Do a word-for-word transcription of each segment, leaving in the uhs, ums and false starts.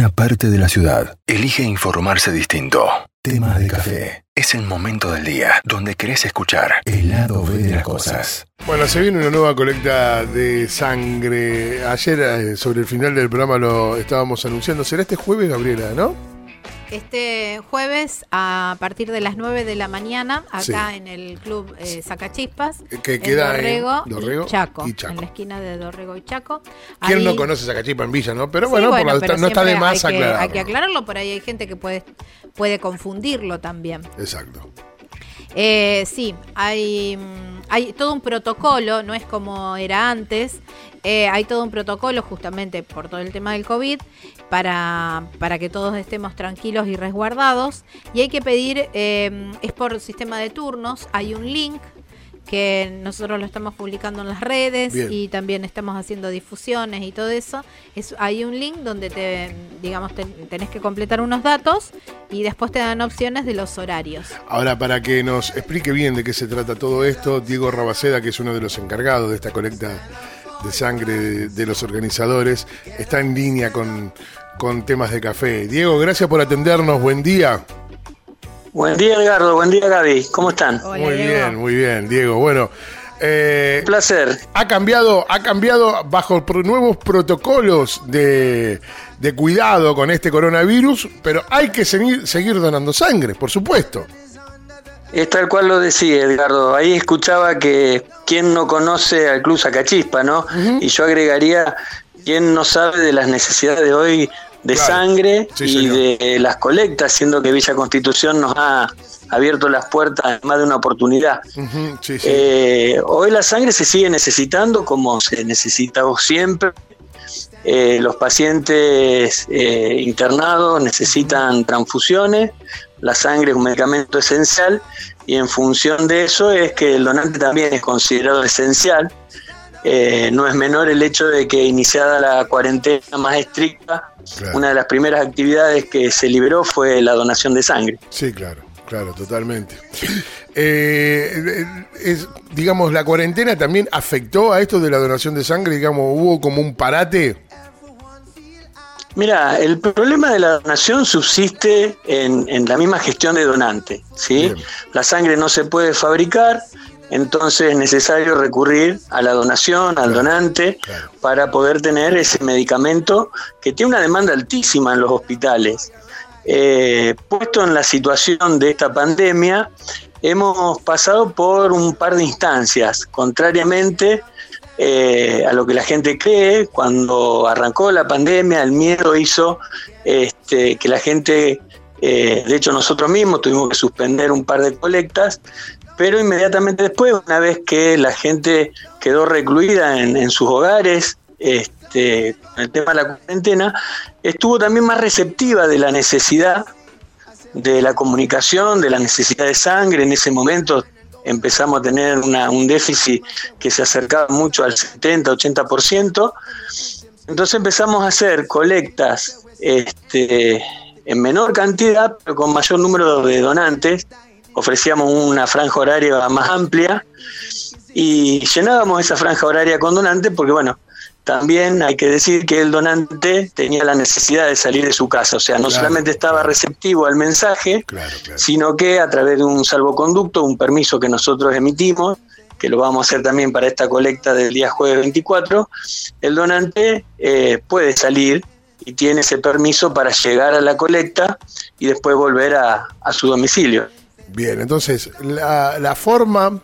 una parte de la ciudad elige informarse distinto. Temas de café. Es el momento del día donde querés escuchar el lado B de las cosas. Bueno, se viene una nueva colecta de sangre. Ayer, eh, sobre el final del programa, lo estábamos anunciando. ¿Será este jueves, Gabriela, no? Este jueves, a partir de las nueve de la mañana, acá Sí. en el club eh, Sacachispas, Que en queda Dorrego, en Dorrego y, Chaco, y Chaco. en la esquina de Dorrego y Chaco. ¿Quién Ahí- no conoce Sacachispas en Villa, no? Pero Sí, bueno, por la- pero no está de siempre más hay que, aclararlo. hay que aclararlo, por ahí hay gente que puede, puede confundirlo también. Exacto. Eh, sí, hay, mm, hay todo un protocolo, no es como era antes, eh, hay todo un protocolo justamente por todo el tema del COVID para, para que todos estemos tranquilos y resguardados, y hay que pedir, eh, es por sistema de turnos, hay un link que nosotros lo estamos publicando en las redes. Bien. Y también estamos haciendo difusiones y todo eso. Es, hay un link donde te, digamos, te- tenés que completar unos datos y después te dan opciones de los horarios. Ahora, para que nos explique bien de qué se trata todo esto, Diego Rabaceda, que es uno de los encargados de esta colecta de sangre de, de los organizadores, está en línea con, con temas de café. Diego, gracias por atendernos. Buen día. Buen día, Edgardo. Buen día, Gaby. ¿Cómo están? Hola, muy Diego. bien, muy bien, Diego. Bueno, eh, Un placer. ha cambiado, ha cambiado bajo pro- nuevos protocolos de, de cuidado con este coronavirus, pero hay que seguir, seguir donando sangre, por supuesto. Es tal cual lo decía, Edgardo. Ahí escuchaba que quién no conoce al Club Sacachispa, ¿no? Ujú. Y yo agregaría, quién no sabe de las necesidades de hoy de Claro. sangre Sí, y señor. de las colectas, siendo que Villa Constitución nos ha abierto las puertas en más de una oportunidad. Ujú, sí, sí. Eh, hoy la sangre se sigue necesitando como se necesitaba siempre. Eh, los pacientes eh, internados necesitan transfusiones, la sangre es un medicamento esencial y en función de eso es que el donante también es considerado esencial. Eh, no es menor el hecho de que iniciada la cuarentena más estricta, Claro. una de las primeras actividades que se liberó fue la donación de sangre. Sí, claro, claro, totalmente. Eh, es, digamos, la cuarentena también afectó a esto de la donación de sangre, digamos, hubo como un parate. Mira, el problema de la donación subsiste en, en la misma gestión de donante, ¿sí? Bien. La sangre no se puede fabricar, entonces es necesario recurrir a la donación, al Claro, donante, claro. para poder tener ese medicamento que tiene una demanda altísima en los hospitales. Eh, puesto en la situación de esta pandemia, hemos pasado por un par de instancias, contrariamente eh, a lo que la gente cree. Cuando arrancó la pandemia, el miedo hizo este, que la gente, eh, de hecho nosotros mismos tuvimos que suspender un par de colectas, pero inmediatamente después, una vez que la gente quedó recluida en, en sus hogares, este, con el tema de la cuarentena, estuvo también más receptiva de la necesidad de la comunicación, de la necesidad de sangre. En ese momento empezamos a tener una, un déficit que se acercaba mucho al setenta, ochenta por ciento. Entonces empezamos a hacer colectas este, en menor cantidad, pero con mayor número de donantes. Ofrecíamos una franja horaria más amplia y llenábamos esa franja horaria con donantes porque, bueno, también hay que decir que el donante tenía la necesidad de salir de su casa, o sea, no Claro, solamente estaba claro. receptivo al mensaje, Claro, claro. sino que a través de un salvoconducto, un permiso que nosotros emitimos, que lo vamos a hacer también para esta colecta del día jueves veinticuatro, el donante eh, puede salir y tiene ese permiso para llegar a la colecta y después volver a, a su domicilio. Bien, entonces, la, la forma,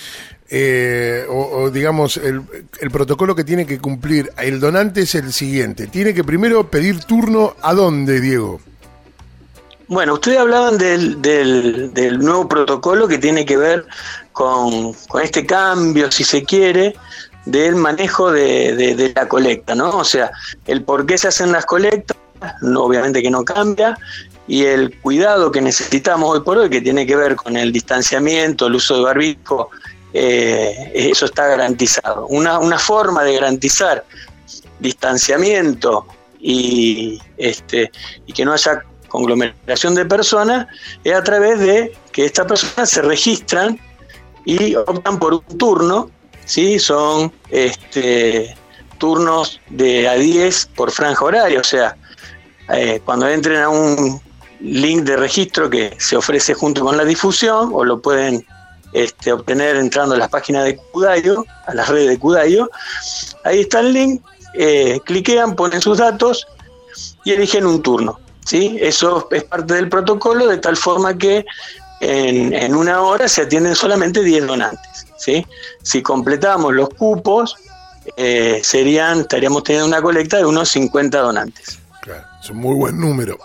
eh, o, o digamos, el, el protocolo que tiene que cumplir el donante es el siguiente. Tiene que primero pedir turno a dónde, Diego. Bueno, ustedes hablaban del, del, del nuevo protocolo que tiene que ver con, con este cambio, si se quiere, del manejo de, de, de la colecta, ¿no? O sea, el por qué se hacen las colectas, no, obviamente que no cambia, y el cuidado que necesitamos hoy por hoy, que tiene que ver con el distanciamiento, el uso de barbijo, eh, eso está garantizado. Una, una forma de garantizar distanciamiento y, este, y que no haya conglomeración de personas es a través de que estas personas se registran y optan por un turno, ¿sí? Son este, turnos de a diez por franja horaria, o sea, eh, cuando entren a un link de registro que se ofrece junto con la difusión, o lo pueden este, obtener entrando a las páginas de Cudayo, a las redes de Cudayo, ahí está el link, eh, cliquean, ponen sus datos y eligen un turno, ¿sí? Eso es parte del protocolo, de tal forma que en, en una hora se atienden solamente diez donantes, ¿sí? Si completamos los cupos, eh, serían, estaríamos teniendo una colecta de unos cincuenta donantes. Claro, es un muy buen número.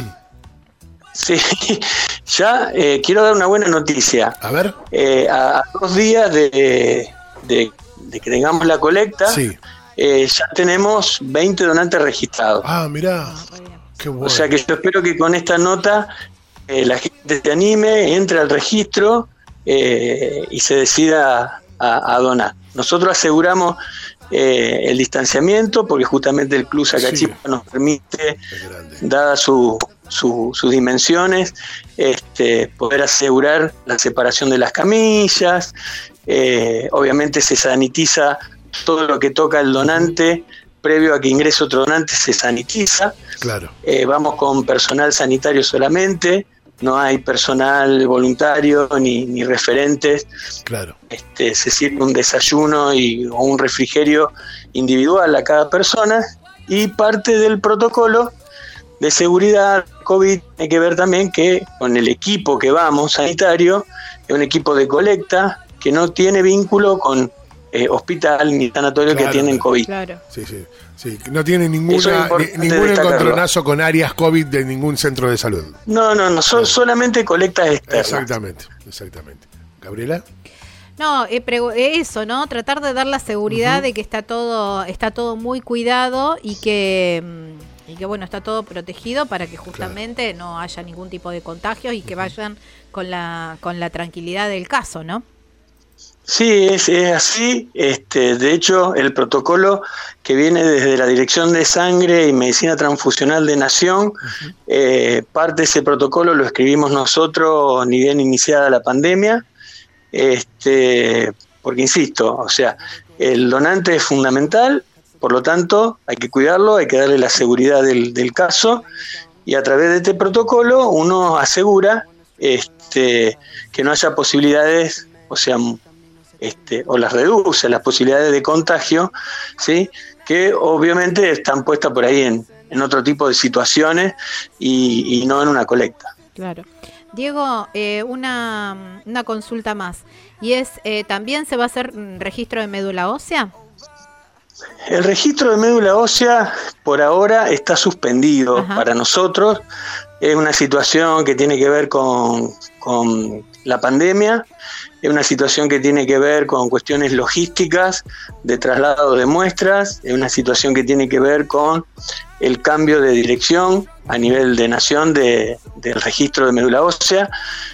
Sí, ya eh, quiero dar una buena noticia. A ver. Eh, a, a dos días de, de, de que tengamos la colecta, sí. eh, ya tenemos veinte donantes registrados. Ah, mirá, qué bueno. O sea que yo espero que con esta nota eh, la gente se anime, entre al registro eh, y se decida a, a donar. Nosotros aseguramos eh, el distanciamiento porque justamente el Club Sacachipa sí. nos permite, dada su, su, sus dimensiones, este, poder asegurar la separación de las camillas. Eh, obviamente se sanitiza todo lo que toca el donante. Previo a que ingrese otro donante se sanitiza. Claro. Eh, vamos con personal sanitario solamente, no hay personal voluntario ni, ni referentes. Claro. Este, se sirve un desayuno y, o un refrigerio individual a cada persona, y parte del protocolo de seguridad COVID hay que ver también que con el equipo que vamos sanitario es un equipo de colecta que no tiene vínculo con Eh, hospital ni sanatorio claro, que tienen COVID. Claro. Sí, sí, sí. No tiene ninguna, ni, ningún encontronazo con áreas COVID de ningún centro de salud. No, no, no, son claro. solamente colectas externas. Exactamente, exactamente. ¿Gabriela? No, eh, eso, ¿no? Tratar de dar la seguridad uh-huh. de que está todo, está todo muy cuidado y que, y que bueno, está todo protegido para que justamente claro. no haya ningún tipo de contagios y que vayan con la, con la tranquilidad del caso, ¿no? Sí, es, es así. Este, de hecho, el protocolo que viene desde la Dirección de Sangre y Medicina Transfusional de Nación, uh-huh. eh, parte de ese protocolo lo escribimos nosotros ni bien iniciada la pandemia, este, porque insisto, o sea, el donante es fundamental, por lo tanto hay que cuidarlo, hay que darle la seguridad del, del caso, y a través de este protocolo uno asegura este, que no haya posibilidades, o sea, Este, o las reduce las posibilidades de contagio, ¿sí? Que obviamente están puestas por ahí en, en otro tipo de situaciones y, y no en una colecta. Claro. Diego, eh, una, una consulta más, y es, eh, ¿también se va a hacer registro de médula ósea? El registro de médula ósea por ahora está suspendido. Ajá. Para nosotros. Es una situación que tiene que ver con, con la pandemia, es una situación que tiene que ver con cuestiones logísticas de traslado de muestras, es una situación que tiene que ver con el cambio de dirección a nivel de nación de, del registro de médula ósea.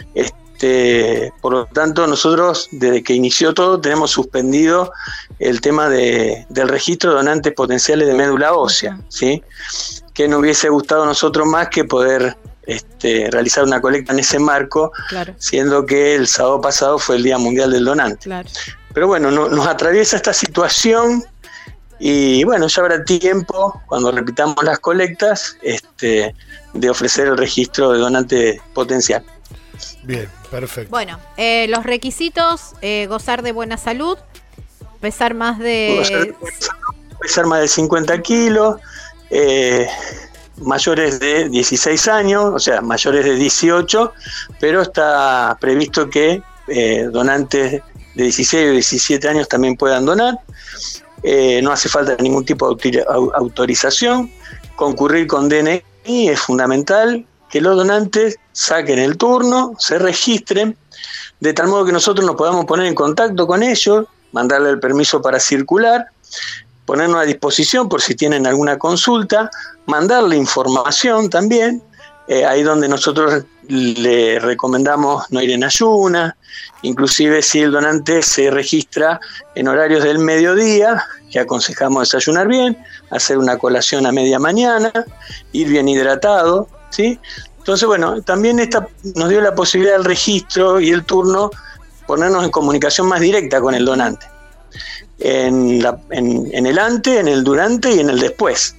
Este, por lo tanto, nosotros desde que inició todo tenemos suspendido el tema de, del registro de donantes potenciales de médula ósea, ¿sí? Que nos hubiese gustado a nosotros más que poder este, realizar una colecta en ese marco, claro. siendo que el sábado pasado fue el Día Mundial del Donante. Claro. Pero bueno, no, nos atraviesa esta situación y bueno, ya habrá tiempo, cuando repitamos las colectas, este, de ofrecer el registro de donante potencial. Bien, perfecto. Bueno, eh, los requisitos, eh, gozar de buena salud, pesar más de... Gozar, pesar más de cincuenta kilos, Eh, mayores de dieciséis años, o sea, mayores de dieciocho, pero está previsto que eh, donantes de dieciséis o diecisiete años también puedan donar. Eh, no hace falta ningún tipo de autorización. Concurrir con D N I es fundamental, que los donantes saquen el turno, se registren, de tal modo que nosotros nos podamos poner en contacto con ellos, mandarle el permiso para circular, ponernos a disposición por si tienen alguna consulta, mandarle información también, eh, ahí donde nosotros le recomendamos no ir en ayunas, inclusive si el donante se registra en horarios del mediodía, que aconsejamos desayunar bien, hacer una colación a media mañana, ir bien hidratado, ¿sí? Entonces, bueno, también esta nos dio la posibilidad del registro y el turno, ponernos en comunicación más directa con el donante. En, la, en, en el antes, en el durante y en el después.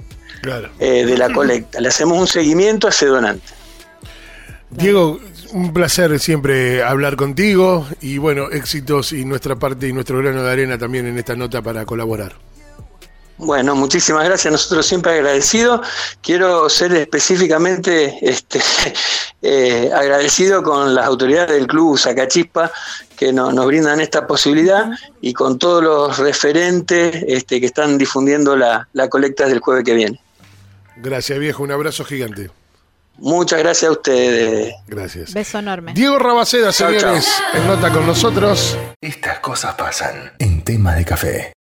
claro. eh, de la colecta. Le hacemos un seguimiento a ese donante. Diego, un placer siempre hablar contigo y bueno, éxitos y nuestra parte y nuestro grano de arena también en esta nota para colaborar. Bueno, muchísimas gracias. Nosotros siempre agradecidos. Quiero ser específicamente este, eh, agradecido con las autoridades del Club Sacachispa que no, nos brindan esta posibilidad y con todos los referentes este, que están difundiendo la, la colecta del jueves que viene. Gracias, viejo. Un abrazo gigante. Muchas gracias a ustedes. Gracias. Beso enorme. Diego Rabaceda, señores, Chau, chau. en Nota con nosotros. Estas cosas pasan en Tema de Café.